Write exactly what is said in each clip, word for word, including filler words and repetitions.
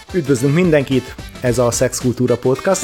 Üdvözlünk mindenkit, ez a Szexkultúra Podcast,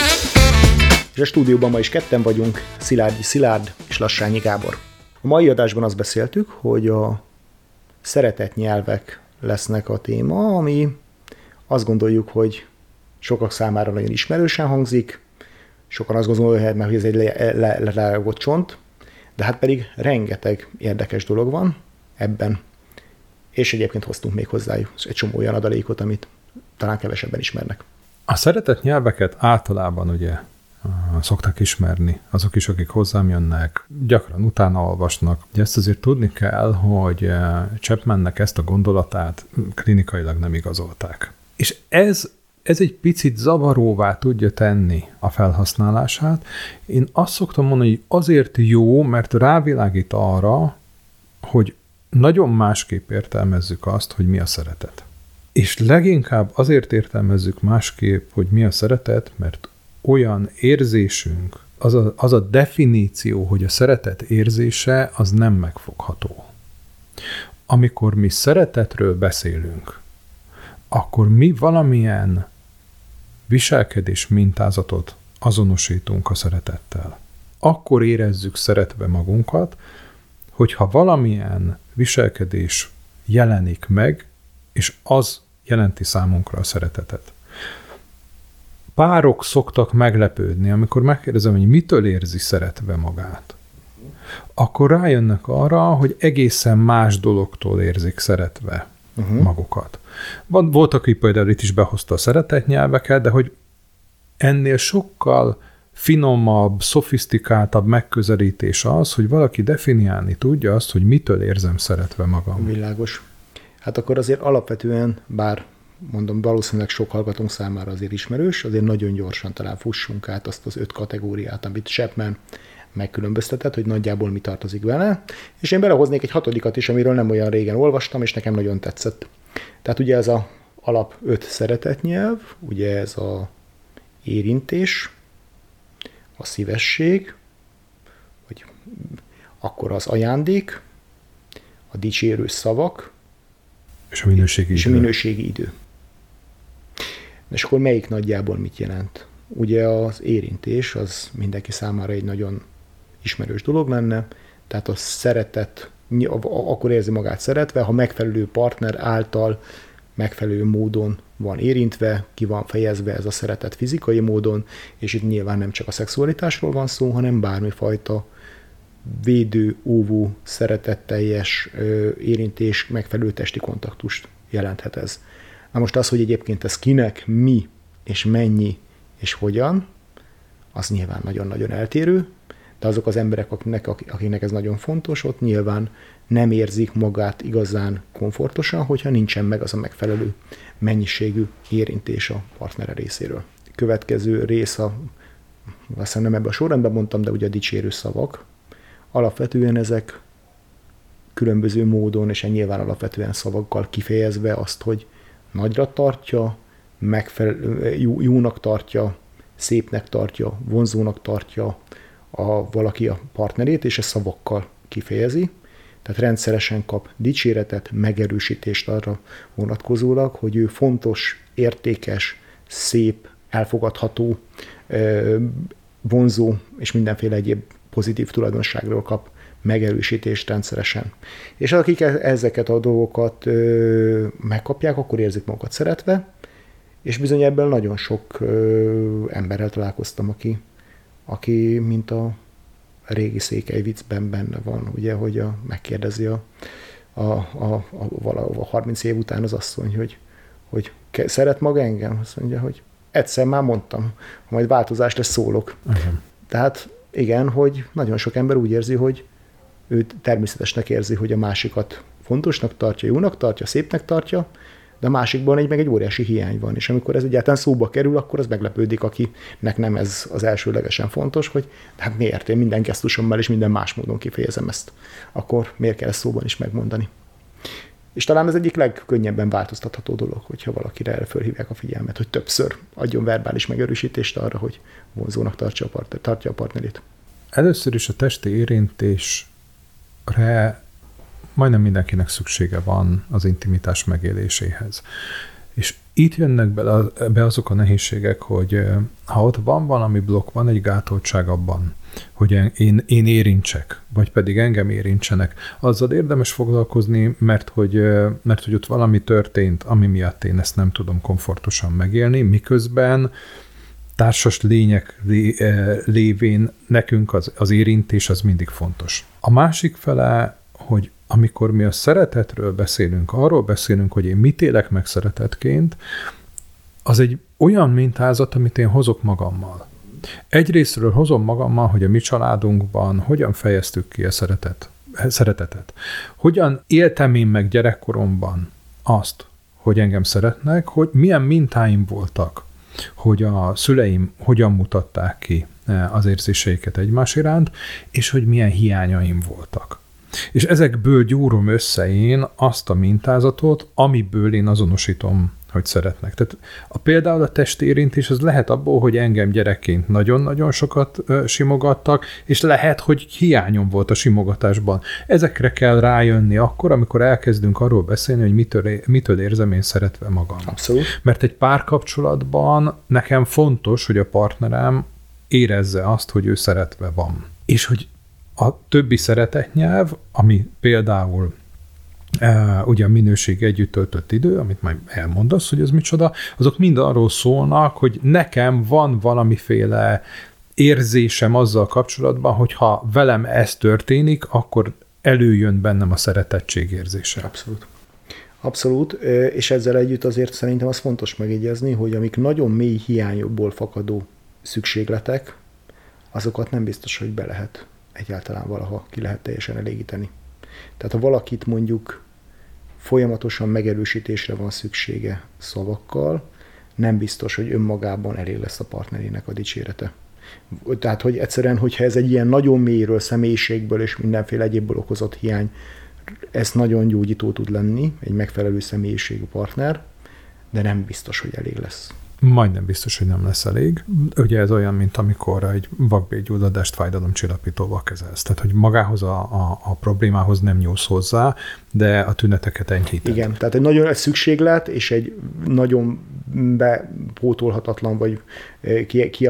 és a stúdióban ma is ketten vagyunk, Szilágyi Szilárd és Lassányi Gábor. A mai adásban azt beszéltük, hogy a szeretett nyelvek lesznek a téma, ami azt gondoljuk, hogy sokak számára nagyon ismerősen hangzik, sokan azt gondolják, hogy ez egy lerágott csont, de hát pedig rengeteg érdekes dolog van ebben, és egyébként hoztunk még hozzájuk egy csomó olyan adalékot, amit talán kevesebben ismernek. A szeretett nyelveket általában ugye szokták ismerni azok is, akik hozzám jönnek, gyakran utána olvasnak. Ugye ezt azért tudni kell, hogy Chapmannek ezt a gondolatát klinikailag nem igazolták. És ez, ez egy picit zavaróvá tudja tenni a felhasználását. Én azt szoktam mondani, hogy azért jó, mert rávilágít arra, hogy nagyon másképp értelmezzük azt, hogy mi a szeretet. És leginkább azért értelmezzük másképp, hogy mi a szeretet, mert olyan érzésünk, az a, az a definíció, hogy a szeretet érzése, az nem megfogható. Amikor mi szeretetről beszélünk, akkor mi valamilyen viselkedés mintázatot azonosítunk a szeretettel. Akkor érezzük szeretve magunkat, hogyha valamilyen viselkedés jelenik meg, és az jelenti számunkra a szeretetet. Párok szoktak meglepődni, amikor megkérdezem, hogy mitől érzi szeretve magát. Akkor rájönnek arra, hogy egészen más dologtól érzik szeretve uh-huh. magukat. Volt, aki például itt is behozta a szeretetnyelveket, de hogy ennél sokkal finomabb, szofisztikáltabb megközelítés az, hogy valaki definiálni tudja azt, hogy mitől érzem szeretve magam. Világos. Hát akkor azért alapvetően, bár mondom, valószínűleg sok hallgatónk számára azért ismerős, azért nagyon gyorsan talán fussunk át azt az öt kategóriát, amit Chapman megkülönböztetett, hogy nagyjából mi tartozik vele, és én belehoznék egy hatodikat is, amiről nem olyan régen olvastam, és nekem nagyon tetszett. Tehát ugye ez az alap öt szeretetnyelv, ugye ez a érintés, a szívesség, vagy akkor az ajándék, a dicsérő szavak, és a minőségi és idő. A minőségi idő. És akkor melyik nagyjából mit jelent? Ugye az érintés, az mindenki számára egy nagyon ismerős dolog lenne, tehát a szeretet, akkor érzi magát szeretve, ha megfelelő partner által megfelelő módon van érintve, ki van fejezve ez a szeretet fizikai módon, és itt nyilván nem csak a szexualitásról van szó, hanem bármifajta védő, óvó, szeretetteljes érintés, megfelelő testi kontaktust jelenthet ez. Na most az, hogy egyébként ez kinek, mi, és mennyi, és hogyan, az nyilván nagyon-nagyon eltérő, de azok az emberek, akiknek, akiknek ez nagyon fontos, ott nyilván nem érzik magát igazán komfortosan, hogyha nincsen meg az a megfelelő mennyiségű érintés a partnere részéről. Következő rész, a, azt hiszem nem ebben a sorrendben mondtam, de ugye a dicsérő szavak. Alapvetően ezek különböző módon, és nyilván alapvetően szavakkal kifejezve azt, hogy nagyra tartja, megfelelő, jó, jónak tartja, szépnek tartja, vonzónak tartja a, valaki a partnerét, és ezt szavakkal kifejezi. Tehát rendszeresen kap dicséretet, megerősítést arra vonatkozólag, hogy ő fontos, értékes, szép, elfogadható, vonzó és mindenféle egyéb pozitív tulajdonságról kap megerősítést rendszeresen. És akik ezeket a dolgokat ö, megkapják, akkor érzik magukat szeretve, és bizony ebből nagyon sok ö, emberrel találkoztam, aki, aki mint a régi székely viccben benne van, ugye, hogy a, megkérdezi a, a, a, a, valahol harminc év után az asszony, hogy, hogy szeret maga engem? Azt mondja, hogy egyszer már mondtam, ha majd változás lesz, szólok. Uh-huh. Tehát igen, hogy nagyon sok ember úgy érzi, hogy ő természetesnek érzi, hogy a másikat fontosnak tartja, jónak tartja, szépnek tartja, de a másikban egy, meg egy óriási hiány van. És amikor ez egyáltalán szóba kerül, akkor az meglepődik, akinek nem ez az elsőlegesen fontos, hogy hát miért én minden gesztusommal és minden más módon kifejezem ezt. Akkor miért kell ezt szóban is megmondani? És talán ez egyik legkönnyebben változtatható dolog, hogyha valakire erre fölhívják a figyelmet, hogy többször adjon verbális megerősítést arra, hogy vonzónak tartja a, partner, tartja a partnerét. Először is a testi érintésre majdnem mindenkinek szüksége van az intimitás megéléséhez. És Itt jönnek be, be azok a nehézségek, hogy ha ott van valami blokk, van egy gátoltság abban, hogy én, én érintsek, vagy pedig engem érintsenek, azzal érdemes foglalkozni, mert hogy, mert hogy ott valami történt, ami miatt én ezt nem tudom komfortosan megélni, miközben társas lények lé, lévén nekünk az, az érintés az mindig fontos. A másik fele, hogy amikor mi a szeretetről beszélünk, arról beszélünk, hogy én mit élek meg szeretetként, az egy olyan mintázat, amit én hozok magammal. Egyrésztről hozom magammal, hogy a mi családunkban hogyan fejeztük ki a szeretet, szeretetet. Hogyan éltem én meg gyerekkoromban azt, hogy engem szeretnek, hogy milyen mintáim voltak, hogy a szüleim hogyan mutatták ki az érzéseiket egymás iránt, és hogy milyen hiányaim voltak. És ezekből gyúrom össze én azt a mintázatot, amiből én azonosítom, hogy szeretnek. Tehát a, például a testérintés az lehet abból, hogy engem gyerekként nagyon-nagyon sokat ö, simogattak, és lehet, hogy hiányom volt a simogatásban. Ezekre kell rájönni akkor, amikor elkezdünk arról beszélni, hogy mitől, mitől érzem én szeretve magam. Abszolút. Mert egy párkapcsolatban nekem fontos, hogy a partnerem érezze azt, hogy ő szeretve van. És hogy a többi szeretetnyelv, ami például Uh, ugye a minőség együtt töltött idő, amit majd elmondasz, hogy ez micsoda, azok mind arról szólnak, hogy nekem van valamiféle érzésem azzal kapcsolatban, hogy ha velem ez történik, akkor előjön bennem a szeretettség érzése. Abszolút. Abszolút, és ezzel együtt azért szerintem az fontos megjegyezni, hogy amik nagyon mély hiányokból fakadó szükségletek, azokat nem biztos, hogy be lehet egyáltalán valaha ki lehet teljesen elégíteni. Tehát ha valakit mondjuk folyamatosan megerősítésre van szüksége szavakkal, nem biztos, hogy önmagában elég lesz a partnerének a dicsérete. Tehát, hogy egyszerűen, hogyha ez egy ilyen nagyon mélyről, személyiségből és mindenféle egyébből okozott hiány, ez nagyon gyógyító tud lenni, egy megfelelő személyiségű partner, de nem biztos, hogy elég lesz. Majdnem biztos, hogy nem lesz elég. Ugye ez olyan, mint amikor egy vakbélgyulladást fájdalomcsillapítóval kezelsz. Tehát, hogy magához a, a, a problémához nem nyúlsz hozzá, de a tüneteket enyhíted. Igen, tehát egy nagyon egy szükséglet, és egy nagyon bepótolhatatlan, vagy ki, ki,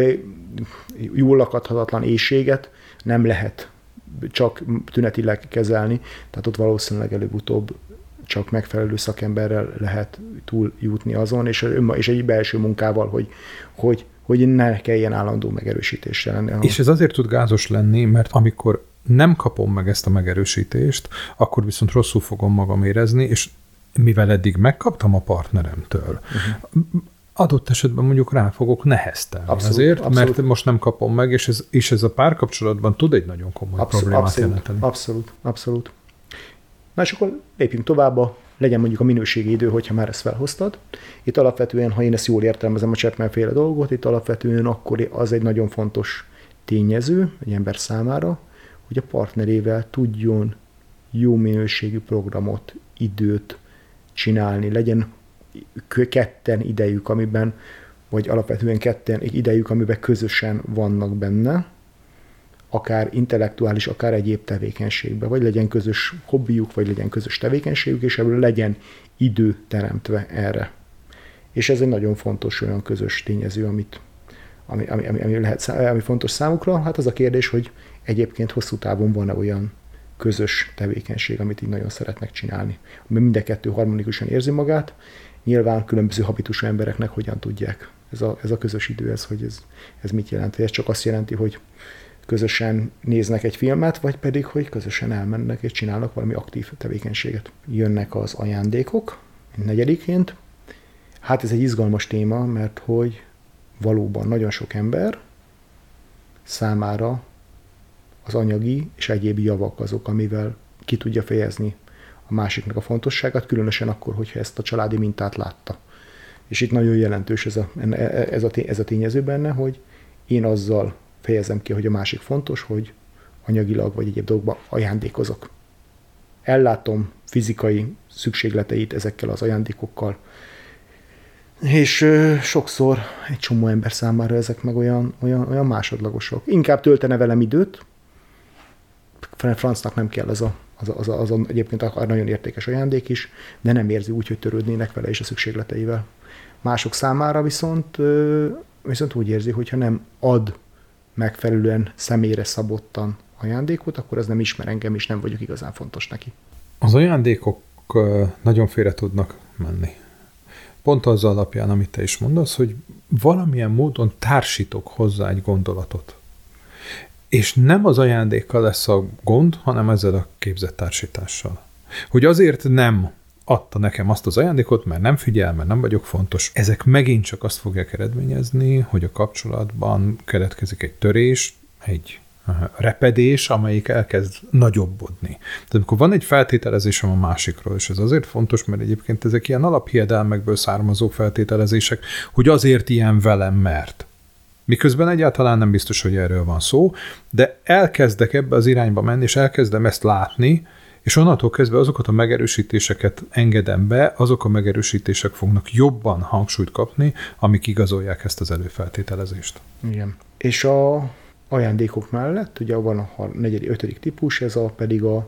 jól lakathatatlan éhséget nem lehet csak tünetileg kezelni. Tehát ott valószínűleg előbb-utóbb csak megfelelő szakemberrel lehet túljutni azon, és, és egy belső munkával, hogy, hogy, hogy ne kelljen állandó megerősítésre lenni. És ez azért tud gázos lenni, mert amikor nem kapom meg ezt a megerősítést, akkor viszont rosszul fogom magam érezni, és mivel eddig megkaptam a partneremtől, uh-huh. adott esetben mondjuk rá fogok neheztelni abszolút, azért, abszolút. Mert most nem kapom meg, és ez, és ez a párkapcsolatban tud egy nagyon komoly abszolút, problémát abszolút, jelenteni. Abszolút, abszolút. Na és akkor lépjünk tovább, legyen mondjuk a minőségi idő, hogyha már ezt felhoztad. Itt alapvetően, ha én ezt jól értelmezem a Chapman-féle dolgot, itt alapvetően akkor az egy nagyon fontos tényező egy ember számára, hogy a partnerével tudjon jó minőségű programot, időt csinálni, legyen ketten idejük, amiben, vagy alapvetően ketten idejük, amiben közösen vannak benne, akár intellektuális, akár egyéb tevékenységben, vagy legyen közös hobbiuk, vagy legyen közös tevékenységük, és ebből legyen idő teremtve erre. És ez egy nagyon fontos olyan közös tényező, amit, ami, ami, ami, ami, lehet, ami fontos számukra. Hát az a kérdés, hogy egyébként hosszú távon van-e olyan közös tevékenység, amit így nagyon szeretnek csinálni. Ami mind a kettő harmonikusan érzi magát, nyilván különböző habitusú embereknek hogyan tudják. Ez a, ez a közös idő, ez, hogy ez, ez mit jelent? Ez csak azt jelenti, hogy közösen néznek egy filmet, vagy pedig, hogy közösen elmennek és csinálnak valami aktív tevékenységet. Jönnek az ajándékok, negyediként. Hát ez egy izgalmas téma, mert hogy valóban nagyon sok ember számára az anyagi és egyéb javak azok, amivel ki tudja fejezni a másiknak a fontosságát, különösen akkor, hogyha ezt a családi mintát látta. És itt nagyon jelentős ez a, ez a, ez a tényező benne, hogy én azzal fejezem ki, hogy a másik fontos, hogy anyagilag vagy egyéb dolgokban ajándékozok. Ellátom fizikai szükségleteit ezekkel az ajándékokkal, és ö, sokszor egy csomó ember számára ezek meg olyan, olyan, olyan másodlagosok. Inkább töltene velem időt, francnak nem kell az a, az, a, az, a, az a egyébként akár nagyon értékes ajándék is, de nem érzi úgy, hogy törődnének vele és a szükségleteivel. Mások számára viszont, viszont úgy érzi, hogyha nem ad megfelelően személyre szabottan ajándékot, akkor az nem ismer engem, és nem vagyok igazán fontos neki. Az ajándékok nagyon félre tudnak menni. Pont az alapján, amit te is mondasz, hogy valamilyen módon társítok hozzá egy gondolatot. És nem az ajándékkal lesz a gond, hanem ezzel a képzett társítással. Hogy azért nem adta nekem azt az ajándékot, mert nem figyel, mert nem vagyok fontos. Ezek megint csak azt fogják eredményezni, hogy a kapcsolatban keletkezik egy törés, egy repedés, amelyik elkezd nagyobbodni. Tehát amikor van egy feltételezésem a másikról, és ez azért fontos, mert egyébként ezek ilyen alaphiedelmekből származó feltételezések, hogy azért ilyen velem, mert. Miközben egyáltalán nem biztos, hogy erről van szó, de elkezdek ebbe az irányba menni, és elkezdem ezt látni, és onnantól kezdve azokat a megerősítéseket engedem be, azok a megerősítések fognak jobban hangsúlyt kapni, amik igazolják ezt az előfeltételezést. Igen. És a ajándékok mellett, ugye van a negyedik, ötödik típus, ez a pedig a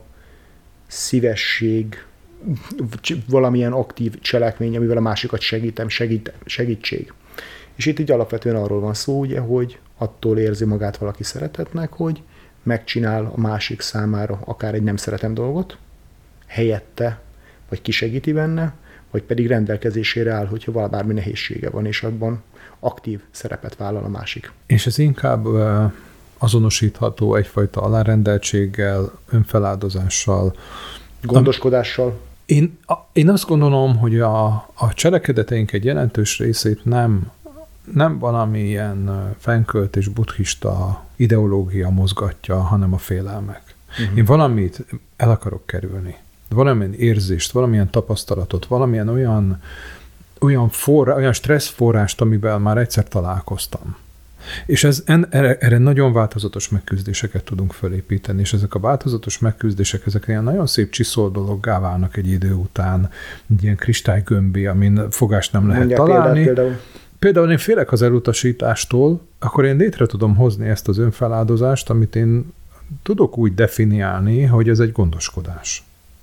szívesség, valamilyen aktív cselekmény, amivel a másikat segítem, segít, segítség. És itt így alapvetően arról van szó, ugye, hogy attól érzi magát valaki szeretetnek, hogy megcsinál a másik számára akár egy nem szeretem dolgot, helyette, vagy kisegíti benne, vagy pedig rendelkezésére áll, hogyha valami nehézsége van, és abban aktív szerepet vállal a másik. És ez inkább azonosítható egyfajta alárendeltséggel, önfeláldozással, gondoskodással. Én, én azt gondolom, hogy a, a cselekedeteink egy jelentős részét nem, nem valamilyen fenkölt és buddhista ideológia mozgatja, hanem a félelmek. Uh-huh. Én valamit el akarok kerülni. Valamilyen érzést, valamilyen tapasztalatot, valamilyen olyan, olyan, forrá, olyan stresszforrást, amivel már egyszer találkoztam. És ez, erre, erre nagyon változatos megküzdéseket tudunk felépíteni, és ezek a változatos megküzdések, ezek ilyen nagyon szép csiszol dologgá válnak egy idő után, egy ilyen kristálygömbé, amin fogást nem lehet Mondják találni. Példát, például. Például én félek az elutasítástól, akkor én létre tudom hozni ezt az önfeláldozást, amit én tudok úgy definiálni, hogy ez egy gondoskodás.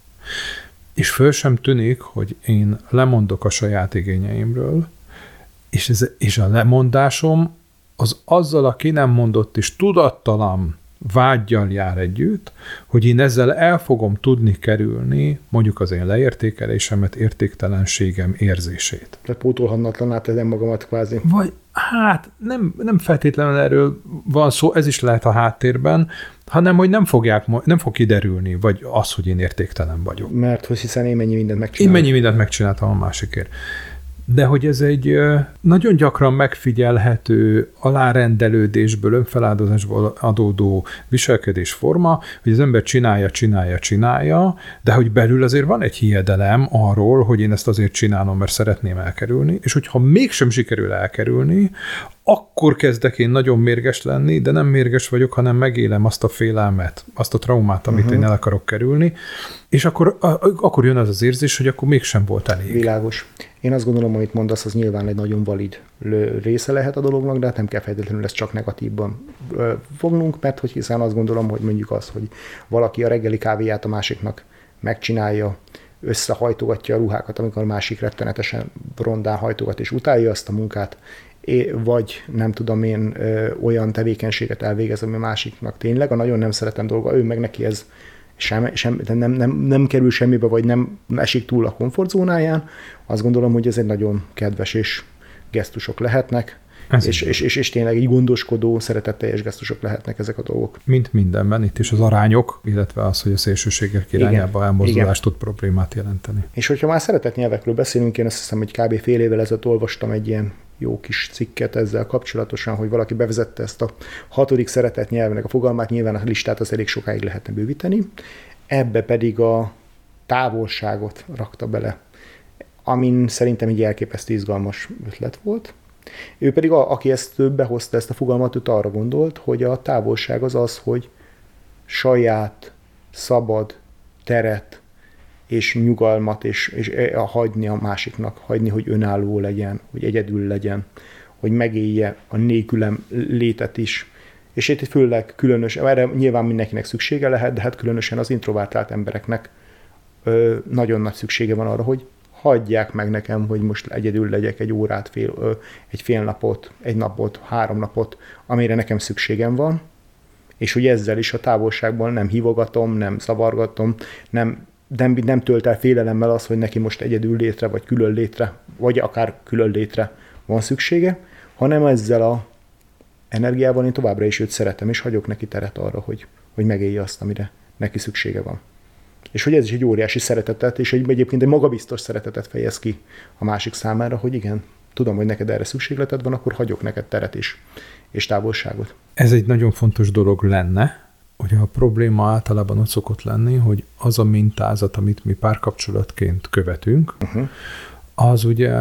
És föl sem tűnik, hogy én lemondok a saját igényeimről, és, ez, és a lemondásom az azzal a ki nem mondott és tudattalan vággyal jár együtt, hogy én ezzel el fogom tudni kerülni mondjuk az én leértékelésemet, értéktelenségem érzését. Tehát pótolhatnatlaná teszem magamat kvázi. Vagy hát nem, nem feltétlenül erről van szó, ez is lehet a háttérben, hanem hogy nem, fogják, nem fog kiderülni, vagy az, hogy én értéktelen vagyok. Mert hogy hiszen én mennyi mindent megcsináltam. Én mennyi mindent megcsináltam a másikért. De hogy ez egy nagyon gyakran megfigyelhető alárendelődésből, önfeláldozásból adódó viselkedésforma, hogy az ember csinálja, csinálja, csinálja, de hogy belül azért van egy hiedelem arról, hogy én ezt azért csinálom, mert szeretném elkerülni, és hogyha mégsem sikerül elkerülni, akkor kezdek én nagyon mérges lenni, de nem mérges vagyok, hanem megélem azt a félelmet, azt a traumát, amit uh-huh. én el akarok kerülni, és akkor, akkor jön az az érzés, hogy akkor mégsem volt elég. Világos. Én azt gondolom, amit mondasz, az nyilván egy nagyon valid része lehet a dolognak, de hát nem kell feltétlenül ezt csak negatívban fognunk, mert hogy hiszen azt gondolom, hogy mondjuk az, hogy valaki a reggeli kávéját a másiknak megcsinálja, összehajtogatja a ruhákat, amikor a másik rettenetesen rondán hajtogat, és utálja azt a munkát, vagy nem tudom én olyan tevékenységet elvégez, ami a másiknak tényleg a nagyon nem szeretem dolga, ő meg neki ez sem, sem, nem, nem, nem kerül semmibe, vagy nem esik túl a komfortzónáján, azt gondolom, hogy ez egy nagyon kedves és gesztusok lehetnek, és, és, és, és tényleg így gondoskodó, szeretetteljes gesztusok lehetnek ezek a dolgok. Mint mindenben, itt is az arányok, illetve az, hogy a szélsőségek irányába elmozdulás tud problémát jelenteni. És hogyha már szeretett nyelvekről beszélünk, én azt hiszem, hogy kb. Fél évvel ezelőtt olvastam egy ilyen jó kis cikket ezzel kapcsolatosan, hogy valaki bevezette ezt a hatodik szeretett nyelvnek a fogalmát, nyilván a listát az elég sokáig lehetne bővíteni, ebbe pedig a távolságot rakta bele, amin szerintem egy elképesztő izgalmas ötlet volt. Ő pedig, a, aki ezt behozta, ezt a fogalmat, őt arra gondolt, hogy a távolság az az, hogy saját, szabad teret és nyugalmat, és, és hagyni a másiknak, hagyni, hogy önálló legyen, hogy egyedül legyen, hogy megélje a nélkülem létet is. És itt főleg különös, erre nyilván mindenkinek szüksége lehet, de hát különösen az introvertált embereknek ö, nagyon nagy szüksége van arra, hogy hagyják meg nekem, hogy most egyedül legyek egy órát, fél, egy fél napot, egy napot, három napot, amire nekem szükségem van, és hogy ezzel is a távolságban nem hívogatom, nem zavargatom, nem, nem, nem tölt el félelemmel az, hogy neki most egyedül létre, vagy külön létre, vagy akár külön létre van szüksége, hanem ezzel a energiával én továbbra is őt szeretem, és hagyok neki teret arra, hogy, hogy megélje azt, amire neki szüksége van. És hogy ez is egy óriási szeretetet, és egy, egyébként egy magabiztos szeretetet fejez ki a másik számára, hogy igen, tudom, hogy neked erre szükségleted van, akkor hagyok neked teret is, és távolságot. Ez egy nagyon fontos dolog lenne, hogy a probléma általában ott szokott lenni, hogy az a mintázat, amit mi párkapcsolatként követünk, uh-huh. az ugye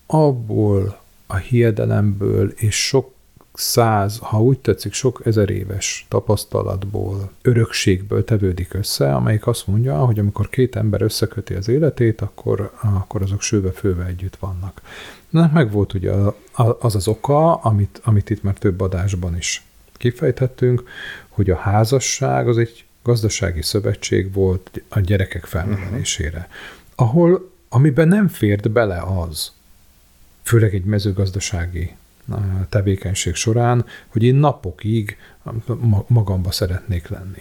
abból a hiedelemből és sok száz, ha úgy tetszik, sok ezer éves tapasztalatból, örökségből tevődik össze, amelyik azt mondja, hogy amikor két ember összeköti az életét, akkor, akkor azok sőve-főve együtt vannak. Na, meg volt ugye az az oka, amit, amit itt már több adásban is kifejtettünk, hogy a házasság az egy gazdasági szövetség volt a gyerekek felnevelésére, ahol, amiben nem fért bele az, főleg egy mezőgazdasági tevékenység során, hogy én napokig magamba szeretnék lenni.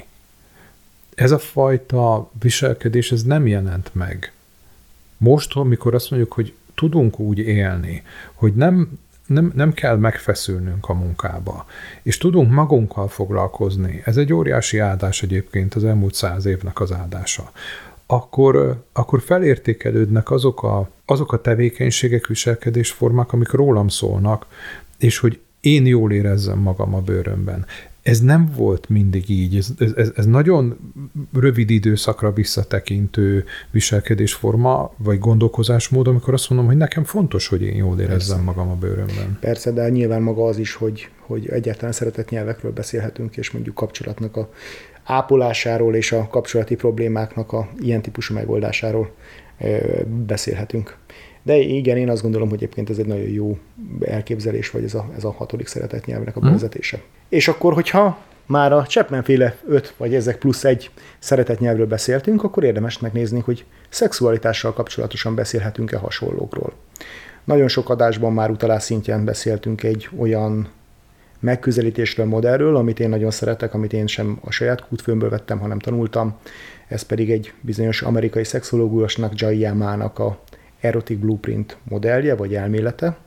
Ez a fajta viselkedés, ez nem jelent meg. Most, amikor azt mondjuk, hogy tudunk úgy élni, hogy nem, nem, nem kell megfeszülnünk a munkába, és tudunk magunkkal foglalkozni, ez egy óriási áldás egyébként, az elmúlt száz évnek az áldása, akkor, akkor felértékelődnek azok a, azok a tevékenységek, viselkedésformák, amik rólam szólnak, és hogy én jól érezzem magam a bőrömben. Ez nem volt mindig így, ez, ez, ez nagyon rövid időszakra visszatekintő viselkedésforma, vagy gondolkozásmód, amikor azt mondom, hogy nekem fontos, hogy én jól érezzem Persze. magam a bőrömben. Persze, de nyilván maga az is, hogy, hogy egyáltalán szeretett nyelvekről beszélhetünk, és mondjuk kapcsolatnak a ápolásáról és a kapcsolati problémáknak a ilyen típusú megoldásáról beszélhetünk. De igen, én azt gondolom, hogy egyébként ez egy nagyon jó elképzelés, vagy ez a, ez a hatodik szeretetnyelvnek a bevezetése. Hmm. És akkor, hogyha már a Chapman-féle öt, vagy ezek plusz egy szeretetnyelvről beszéltünk, akkor érdemes megnézni, hogy szexualitással kapcsolatosan beszélhetünk-e hasonlókról. Nagyon sok adásban már utalás szintjén beszéltünk egy olyan megközelítésről, modellről, amit én nagyon szeretek, amit én sem a saját kútfőmből vettem, hanem tanultam. Ez pedig egy bizonyos amerikai szexológusnak, Jai Yamának a Erotic Blueprint modellje, vagy elmélete.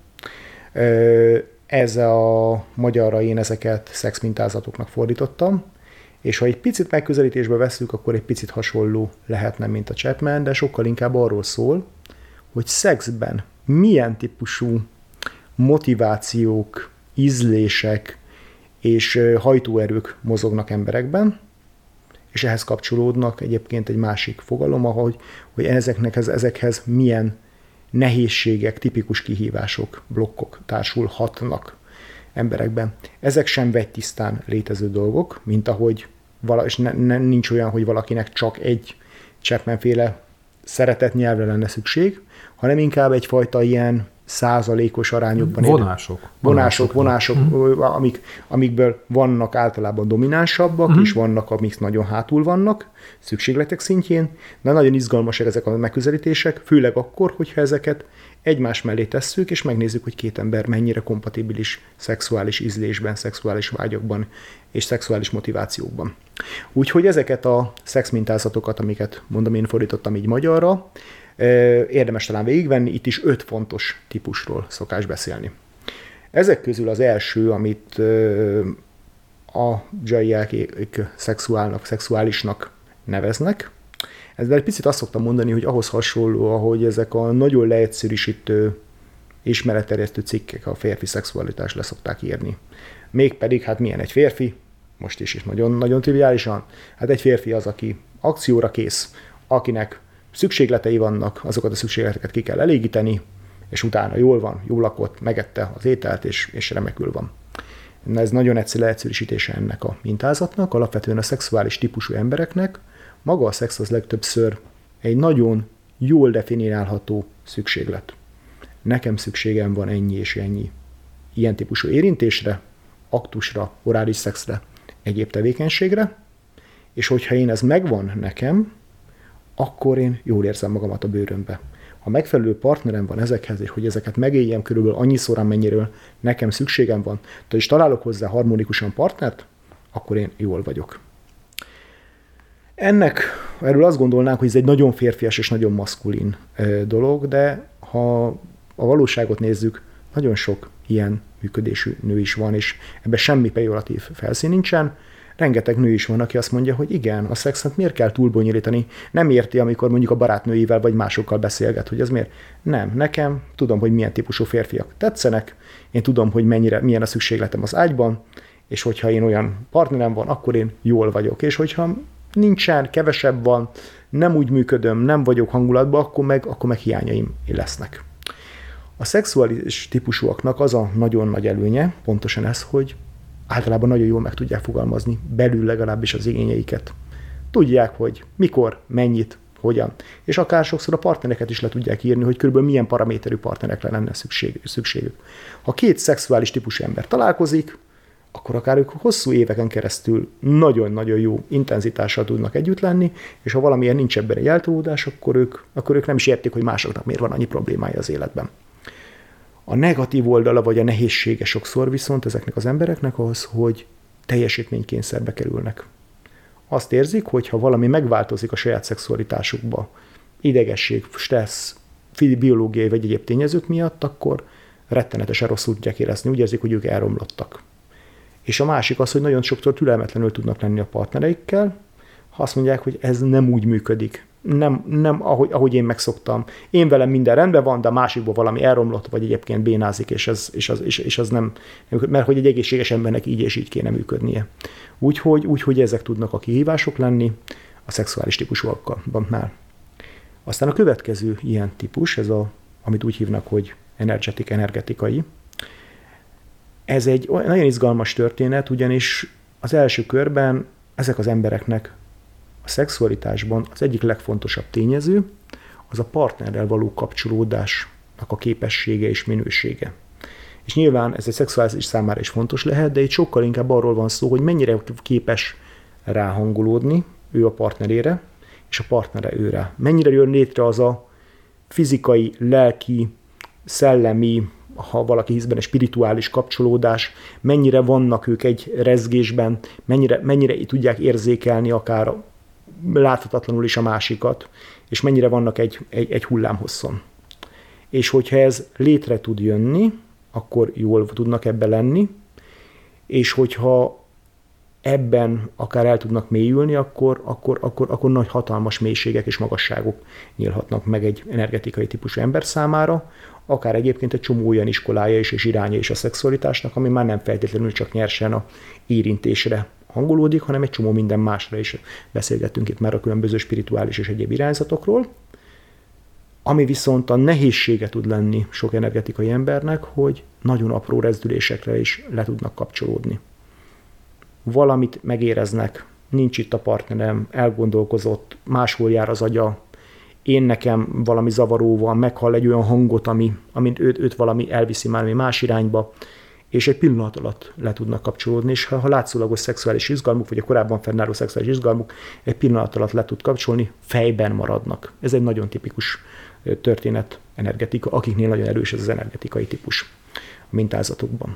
Ez a magyarra én ezeket szexmintázatoknak fordítottam, és ha egy picit megközelítésbe vesszük, akkor egy picit hasonló lehetne, mint a Chapman, de sokkal inkább arról szól, hogy szexben milyen típusú motivációk, ízlések és hajtóerők mozognak emberekben, és ehhez kapcsolódnak egyébként egy másik fogalom, ahogy, hogy ezeknek, ezekhez milyen nehézségek, tipikus kihívások, blokkok társulhatnak emberekben. Ezek sem vegytisztán létező dolgok, mint ahogy vala, és ne, ne, nincs olyan, hogy valakinek csak egy Chapman-féle szeretett nyelvre lenne szükség, hanem inkább egyfajta ilyen százalékos arányokban. Vonások. Érde. Vonások, vonások, mm. amik, amikből vannak általában dominánsabbak, mm. és vannak, amik nagyon hátul vannak, szükségletek szintjén, de nagyon izgalmasak ezek a megközelítések, főleg akkor, hogyha ezeket egymás mellé tesszük, és megnézzük, hogy két ember mennyire kompatibilis szexuális ízlésben, szexuális vágyakban és szexuális motivációkban. Úgyhogy ezeket a szexmintázatokat, amiket mondom, én fordítottam így magyarra, érdemes talán végigvenni, itt is öt fontos típusról szokás beszélni. Ezek közül az első, amit a dzsaiák szexuálnak, szexuálisnak neveznek, ezzel egy picit azt szoktam mondani, hogy ahhoz hasonló, ahogy ezek a nagyon leegyszerűsítő, ismeretterjesztő cikkek a férfi szexualitást leszokták írni. Mégpedig, hát milyen egy férfi, most is is nagyon-nagyon triviálisan, hát egy férfi az, aki akcióra kész, akinek szükségletei vannak, azokat a szükségleteket ki kell elégíteni, és utána jól van, jól lakott, megette az ételt, és, és remekül van. Ez nagyon egyszerű leegyszerűsítése ennek a mintázatnak. Alapvetően a szexuális típusú embereknek maga a szex az legtöbbször egy nagyon jól definiálható szükséglet. Nekem szükségem van ennyi és ennyi ilyen típusú érintésre, aktusra, orális szexre, egyéb tevékenységre, és hogyha én ez megvan nekem, akkor én jól érzem magamat a bőrömbe. Ha ha megfelelő partnerem van ezekhez, és hogy ezeket megéljem körülbelül annyiszor, amennyiről nekem szükségem van, és találok hozzá harmonikusan partnert, akkor én jól vagyok. Ennek, erről azt gondolnánk, hogy ez egy nagyon férfias és nagyon maszkulin dolog, de ha a valóságot nézzük, nagyon sok ilyen működésű nő is van, és ebben semmi pejoratív felszín nincsen. Rengeteg nő is van, aki azt mondja, hogy igen, a szexet miért kell túlbonyolítani. Nem érti, amikor mondjuk a barátnőivel vagy másokkal beszélget, hogy ez miért. Nem, nekem tudom, hogy milyen típusú férfiak tetszenek, én tudom, hogy mennyire, milyen a szükségletem az ágyban, és hogyha én olyan partnerem van, akkor én jól vagyok. És hogyha nincsen, kevesebb van, nem úgy működöm, nem vagyok hangulatban, akkor meg, akkor meg hiányaim lesznek. A szexuális típusúaknak az a nagyon nagy előnye, pontosan ez, hogy általában nagyon jól meg tudják fogalmazni, belül legalábbis az igényeiket. Tudják, hogy mikor, mennyit, hogyan. És akár sokszor a partnereket is le tudják írni, hogy körülbelül milyen paraméterű partnerekre lenne szükség, szükségük. Ha két szexuális típusú ember találkozik, akkor akár ők hosszú éveken keresztül nagyon-nagyon jó intenzitással tudnak együtt lenni, és ha valamilyen nincs ebben egy eltolódás, akkor ők, akkor ők nem is értik, hogy másoknak miért van annyi problémája az életben. A negatív oldala, vagy a nehézsége sokszor viszont ezeknek az embereknek az, hogy teljesítménykényszerbe kerülnek. Azt érzik, hogy ha valami megváltozik a saját szexualitásukba, idegesség, stressz, biológiai vagy egyéb tényezők miatt, akkor rettenetesen rosszul tudják érezni, úgy érzik, hogy ők elromlottak. És a másik az, hogy nagyon sokszor türelmetlenül tudnak lenni a partnereikkel, ha azt mondják, hogy ez nem úgy működik, nem, nem ahogy, ahogy én megszoktam. Én velem minden rendben van, de a másikból valami elromlott, vagy egyébként bénázik, és ez, és az, és, és az nem, mert hogy egy egészséges embernek így és így kéne működnie. Úgyhogy, úgyhogy ezek tudnak a kihívások lenni a szexuális típusúaknál. Aztán a következő ilyen típus, ez a, amit úgy hívnak, hogy energetik, energetikai. Ez egy nagyon izgalmas történet, ugyanis az első körben ezek az embereknek a szexualitásban az egyik legfontosabb tényező az a partnerrel való kapcsolódásnak a képessége és minősége. És nyilván ez egy szexuális számára is fontos lehet, de itt sokkal inkább arról van szó, hogy mennyire képes ráhangolódni ő a partnerére, és a partnere őre. Mennyire jön létre az a fizikai, lelki, szellemi, ha valaki hisz benne, spirituális kapcsolódás, mennyire vannak ők egy rezgésben, mennyire, mennyire tudják érzékelni akár láthatatlanul is a másikat, és mennyire vannak egy, egy, egy hullámhosszon. És hogyha ez létre tud jönni, akkor jól tudnak ebben lenni, és hogyha ebben akár el tudnak mélyülni, akkor, akkor, akkor, akkor nagy hatalmas mélységek és magasságok nyílhatnak meg egy energetikai típusú ember számára, akár egyébként egy csomó olyan iskolája is és iránya is a szexualitásnak, ami már nem feltétlenül csak nyersen a érintésre hangolódik, hanem egy csomó minden másra is beszélgettünk itt már a különböző spirituális és egyéb irányzatokról. Ami viszont a nehézsége tud lenni sok energetikai embernek, hogy nagyon apró rezdülésekre is le tudnak kapcsolódni. Valamit megéreznek, nincs itt a partnerem, elgondolkozott, máshol jár az agya, én nekem valami zavaró van, meghall egy olyan hangot, ami, amint őt, őt valami elviszi már más irányba, és egy pillanat alatt le tudnak kapcsolódni, és ha, ha látszólagos szexuális izgalmuk, vagy a korábban fennálló szexuális izgalmuk egy pillanat alatt le tud kapcsolni, fejben maradnak. Ez egy nagyon tipikus történet energetika, akiknél nagyon erős ez az energetikai típus a mintázatokban.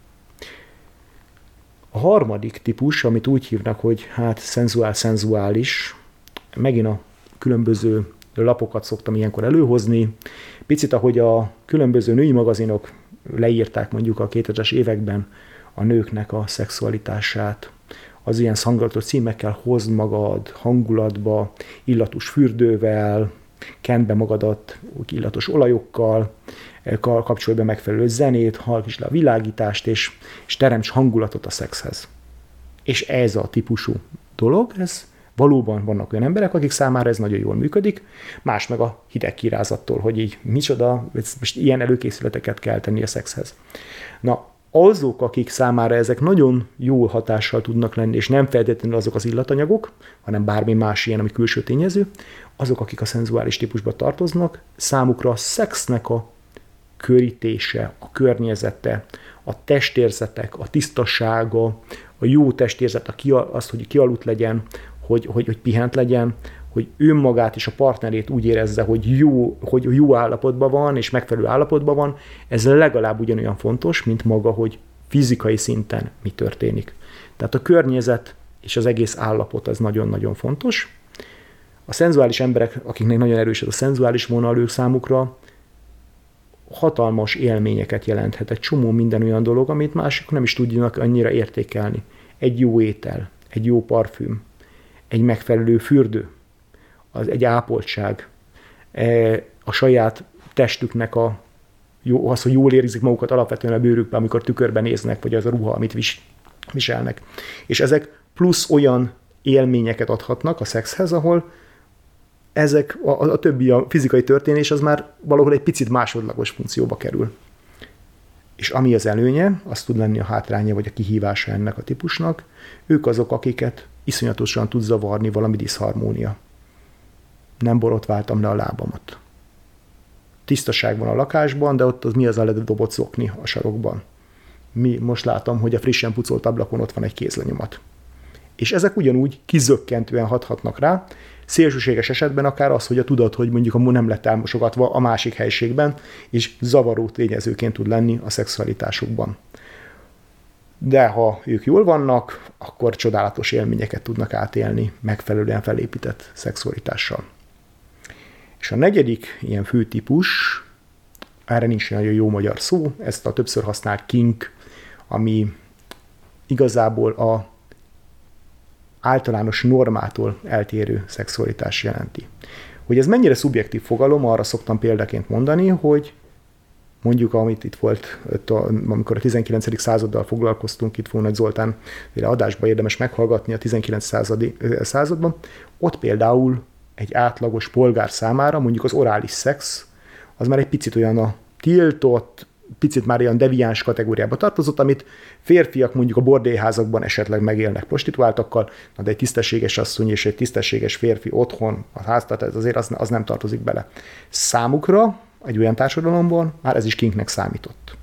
A harmadik típus, amit úgy hívnak, hogy hát szenzuál-szenzuális, megint a különböző lapokat szoktam ilyenkor előhozni. Picit, ahogy a különböző női magazinok leírták mondjuk a kétezres években a nőknek a szexualitását, az ilyen hangulatos címekkel hozd magad hangulatba, illatos fürdővel, kend be magadat illatos olajokkal, kapcsolj be megfelelő zenét, hallgass le a világítást, és, és teremts hangulatot a szexhez. És ez a típusú dolog, ez valóban vannak olyan emberek, akik számára ez nagyon jól működik, más meg a hideg kirázattól, hogy így micsoda, most ilyen előkészületeket kell tenni a szexhez. Na, azok, akik számára ezek nagyon jó hatással tudnak lenni, és nem feltétlenül azok az illatanyagok, hanem bármi más ilyen, ami külső tényező, azok, akik a szenzuális típusba tartoznak, számukra a szexnek a körítése, a környezete, a testérzetek, a tisztasága, a jó testérzet, a kia, az, hogy kialudt legyen, hogy, hogy, hogy pihent legyen, hogy önmagát és a partnerét úgy érezze, hogy jó, hogy jó állapotban van, és megfelelő állapotban van, ez legalább ugyanolyan fontos, mint maga, hogy fizikai szinten mi történik. Tehát a környezet és az egész állapot az nagyon-nagyon fontos. A szenzuális emberek, akiknek nagyon erős ez a szenzuális vonal, ők számukra hatalmas élményeket jelenthet. Egy csomó minden olyan dolog, amit mások nem is tudjanak annyira értékelni. Egy jó étel, egy jó parfüm, egy megfelelő fürdő, az egy ápoltság, a saját testüknek a jó, az, hogy jól érzik magukat alapvetően a bőrükben, amikor tükörben néznek, vagy az a ruha, amit vis, viselnek. És ezek plusz olyan élményeket adhatnak a szexhez, ahol ezek, a, a többi, a fizikai történés az már valahol egy picit másodlagos funkcióba kerül. És ami az előnye, az tud lenni a hátránya, vagy a kihívása ennek a típusnak, ők azok, akiket iszonyatosan tud zavarni valami diszharmónia. Nem borotváltam le a lábamat. Tisztaság van a lakásban, de ott az mi az a ledobott szokni a sarokban. Mi most látom, hogy a frissen pucolt ablakon ott van egy kézlenyomat. És ezek ugyanúgy kizökkentően hathatnak rá, szélsőséges esetben akár az, hogy a tudat, hogy mondjuk a nem lett elmosogatva a másik helységben, és zavaró tényezőként tud lenni a szexualitásukban. De ha ők jól vannak, akkor csodálatos élményeket tudnak átélni megfelelően felépített szexualitással. És a negyedik ilyen fő típus, erre nincs nagyon jó magyar szó, ezt a többször használt kink, ami igazából a általános normától eltérő szexualitás jelenti. Hogy ez mennyire szubjektív fogalom, arra szoktam példaként mondani, hogy mondjuk, amit itt volt, amikor a tizenkilencedik századdal foglalkoztunk, itt Nagy Zoltán adásban érdemes meghallgatni a tizenkilencedik században, ott például egy átlagos polgár számára mondjuk az orális szex, az már egy picit olyan a tiltott, picit már olyan deviáns kategóriába tartozott, amit férfiak mondjuk a bordélyházakban esetleg megélnek prostituáltakkal, de egy tisztességes asszony és egy tisztességes férfi otthon, a háztartás, azért az, az nem tartozik bele. Számukra, egy olyan társadalomban már ez is kinknek számított.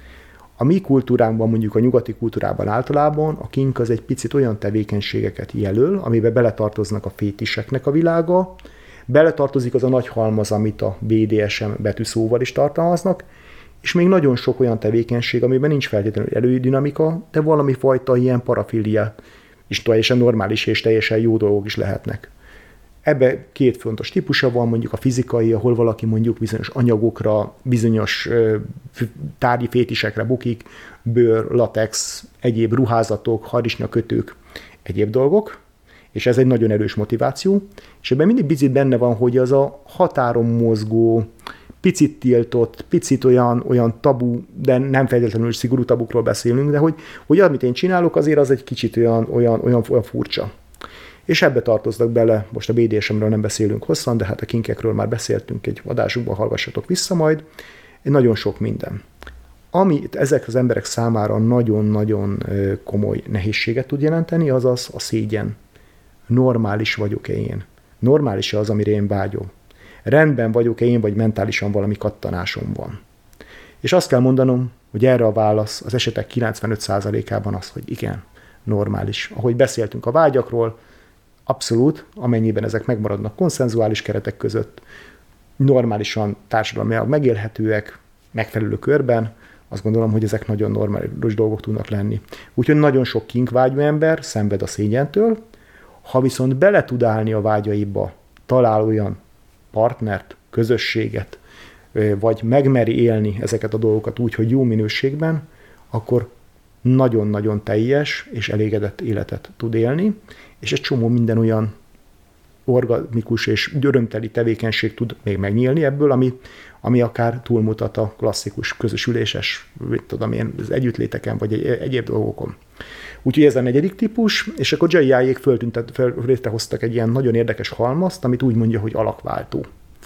A mi kultúránkban, mondjuk a nyugati kultúrában általában a kink az egy picit olyan tevékenységeket jelöl, amiben beletartoznak a fétiseknek a világa, beletartozik az a nagy halmaz, amit a bé dé es em betűszóval is tartalmaznak, és még nagyon sok olyan tevékenység, amiben nincs feltétlenül elődinamika, de valami fajta ilyen parafilia is teljesen normális és teljesen jó dolgok is lehetnek. Ebbe két fontos típusa van, mondjuk a fizikai, ahol valaki mondjuk bizonyos anyagokra, bizonyos tárgyi fétisekre bukik, bőr, latex, egyéb ruházatok, harisnyakötők, egyéb dolgok, és ez egy nagyon erős motiváció, és ebben mindig picit benne van, hogy az a határon mozgó, picit tiltott, picit olyan, olyan tabu, de nem feltétlenül szigorú tabukról beszélünk, de hogy, hogy amit én csinálok, azért az egy kicsit olyan, olyan, olyan, olyan furcsa. És ebbe tartoznak bele, most a bé dé es emről nem beszélünk hosszan, de hát a kinkekről már beszéltünk egy adásunkban, hallgassatok vissza majd, egy nagyon sok minden. Ami ezek az emberek számára nagyon-nagyon komoly nehézséget tud jelenteni, az az a szégyen. Normális vagyok-e én? Normális-e az, amire én vágyom? Rendben vagyok-e én, vagy mentálisan valami kattanásom van? És azt kell mondanom, hogy erre a válasz az esetek kilencvenöt százalékában az, hogy igen, normális. Ahogy beszéltünk a vágyakról, abszolút, amennyiben ezek megmaradnak konszenzuális keretek között, normálisan társadalmilag megélhetőek, megfelelő körben, azt gondolom, hogy ezek nagyon normális dolgok tudnak lenni. Úgyhogy nagyon sok kinkvágyú ember szenved a szégyentől, ha viszont bele tud állni a vágyaiba, talál olyan partnert, közösséget, vagy megmeri élni ezeket a dolgokat úgy, hogy jó minőségben, akkor nagyon-nagyon teljes és elégedett életet tud élni, és egy csomó minden olyan organikus és örömteli tevékenység tud még megnyílni ebből, ami, ami akár túlmutat a klasszikus közösüléses, mit tudom én, az együttléteken, vagy egy, egyéb dolgokon. Úgyhogy ez a negyedik típus, és akkor J I-ék föltüntet, föl, létrehoztak egy ilyen nagyon érdekes halmazt, amit úgy mondja, hogy alakváltó.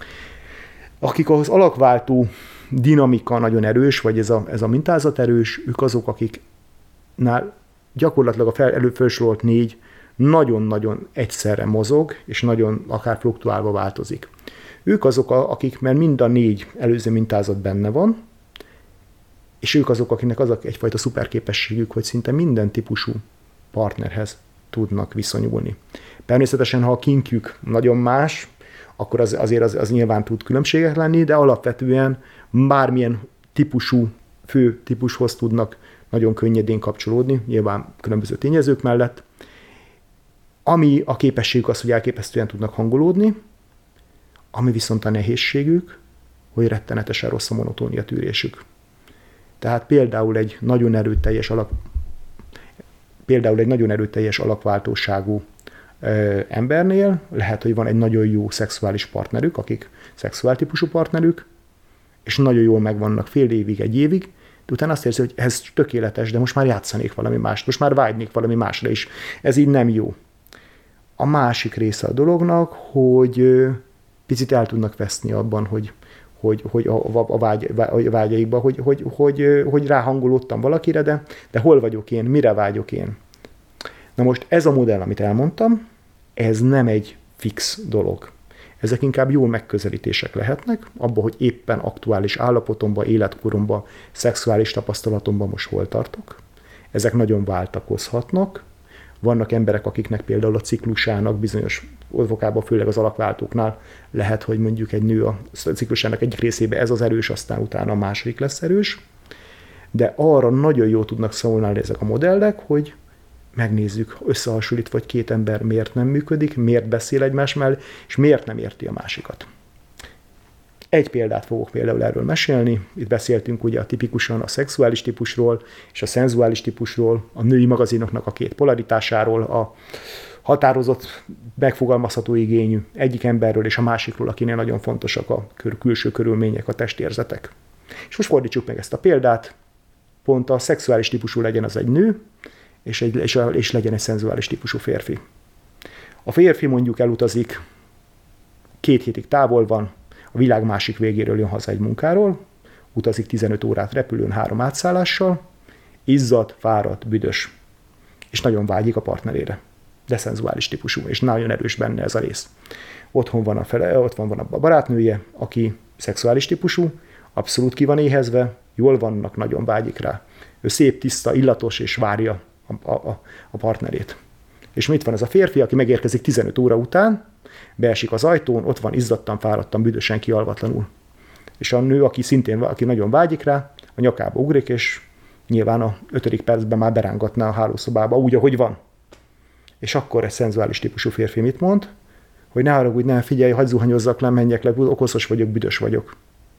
Akik az alakváltó dinamika nagyon erős, vagy ez a, ez a mintázat erős, ők azok, akiknál gyakorlatilag a fel, előfelsorolt négy nagyon-nagyon egyszerre mozog, és nagyon akár fluktuálva változik. Ők azok, akik, mert mind a négy előző mintázat benne van, és ők azok, akiknek az egyfajta szuperképességük, hogy szinte minden típusú partnerhez tudnak viszonyulni. Természetesen, ha a kinkjük nagyon más, akkor az, azért az, az nyilván tud különbségek lenni, de alapvetően bármilyen típusú, fő típushoz tudnak nagyon könnyedén kapcsolódni, nyilván különböző tényezők mellett. Ami a képességük az, hogy elképesztően tudnak hangolódni, ami viszont a nehézségük, hogy rettenetesen rossz a monotónia tűrésük. Tehát például egy nagyon erőteljes alak, például egy nagyon erőteljes alakváltóságú ö, embernél lehet, hogy van egy nagyon jó szexuális partnerük, akik szexuáltípusú partnerük, és nagyon jól megvannak fél évig, egy évig, de utána azt érzi, hogy ez tökéletes, de most már játszanék valami mást, most már vágynék valami másra is. Ez így nem jó. A másik része a dolognak, hogy picit el tudnak veszni abban, hogy, hogy, hogy a, a, vágy, a vágyaikban, hogy, hogy, hogy, hogy ráhangolódtam valakire, de, de hol vagyok én, mire vágyok én. Na most ez a modell, amit elmondtam, ez nem egy fix dolog. Ezek inkább jó megközelítések lehetnek, abban, hogy éppen aktuális állapotomban, életkoromban, szexuális tapasztalatomban most hol tartok. Ezek nagyon váltakozhatnak. Vannak emberek, akiknek például a ciklusának bizonyos orvokában, főleg az alakváltóknál lehet, hogy mondjuk egy nő a ciklusának egyik részében ez az erős, aztán utána a második lesz erős. De arra nagyon jól tudnak szolgálni ezek a modellek, hogy megnézzük, összehasonlítva, hogy két ember miért nem működik, miért beszél egymás mellé, és miért nem érti a másikat. Egy példát fogok például erről mesélni. Itt beszéltünk ugye a tipikusan a szexuális típusról és a szenzuális típusról, a női magazinoknak a két polaritásáról, a határozott, megfogalmazható igényű egyik emberről és a másikról, akinél nagyon fontosak a külső körülmények, a testérzetek. És most fordítsuk meg ezt a példát, pont a szexuális típusú legyen az egy nő, és, egy, és, és legyen egy szenzuális típusú férfi. A férfi mondjuk elutazik, két hétig távol van, a világ másik végéről jön haza egy munkáról, utazik tizenöt órát repülőn három átszállással, izzadt, fáradt, büdös, és nagyon vágyik a partnerére, de szenzuális típusú, és nagyon erős benne ez a rész. Otthon van a, fele, ott van, van a barátnője, aki szexuális típusú, abszolút ki van éhezve, jól vannak, nagyon vágyik rá. Ő szép, tiszta, illatos, és várja a, a, a partnerét. És mit van ez a férfi, aki megérkezik tizenöt óra után, beesik az ajtón, ott van izzadtan, fáradtan, büdösen, kialvatlanul. És a nő, aki szintén aki nagyon vágyik rá, a nyakába ugrik, és nyilván a ötödik percben már berángatná a hálószobába, úgy, ahogy van. És akkor egy szenzuális típusú férfi mit mond? Hogy ne haragudj, nem figyelj, hadd zuhanyozzak le, menjek le, okoszos vagyok, büdös vagyok.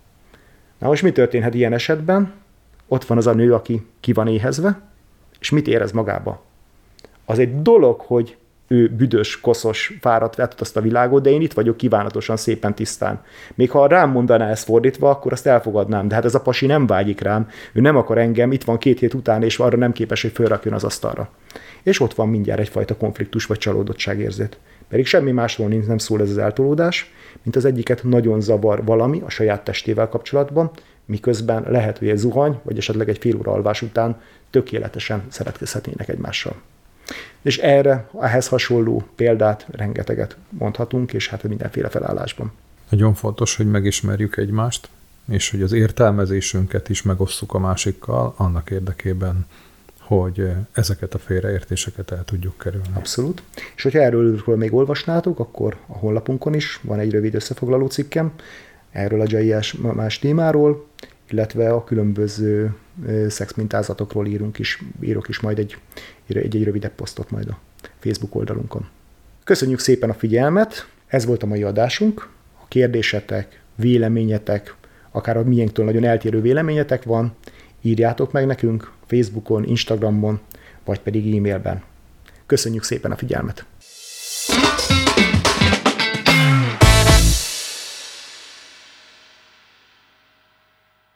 Na most mi történhet ilyen esetben? Ott van az a nő, aki ki van éhezve, és mit érez magába? Az egy dolog, hogy ő büdös, koszos, fáradt, vett azt a világot, de én itt vagyok kívánatosan, szépen tisztán. Még ha rám mondaná ezt fordítva, akkor azt elfogadnám, de hát ez a pasi nem vágyik rám, ő nem akar engem, itt van két hét után, és arra nem képes, hogy fölrakjon az asztalra. És ott van mindjárt egyfajta konfliktus vagy csalódottságérzet. Pedig semmi másról nem szól ez az eltolódás, mint az egyiket nagyon zavar valami a saját testével kapcsolatban, miközben lehet, hogy egy zuhany, vagy esetleg egy fél óra alvás után tökéletesen szeretkezhetnének egymással. És erre, ehhez hasonló példát rengeteget mondhatunk, és hát mindenféle felállásban. Nagyon fontos, hogy megismerjük egymást, és hogy az értelmezésünket is megosszuk a másikkal, annak érdekében, hogy ezeket a félreértéseket el tudjuk kerülni. Abszolút. És hogyha erről még olvasnátok, akkor a honlapunkon is van egy rövid összefoglaló cikkem erről a dzsaiás más témáról, illetve a különböző szexmintázatokról írunk is, írok is majd egy, egy, egy rövidebb posztot majd a Facebook oldalunkon. Köszönjük szépen a figyelmet, ez volt a mai adásunk. A kérdésetek, véleményetek, akár a miénktől nagyon eltérő véleményetek van, írjátok meg nekünk Facebookon, Instagramon, vagy pedig e-mailben. Köszönjük szépen a figyelmet!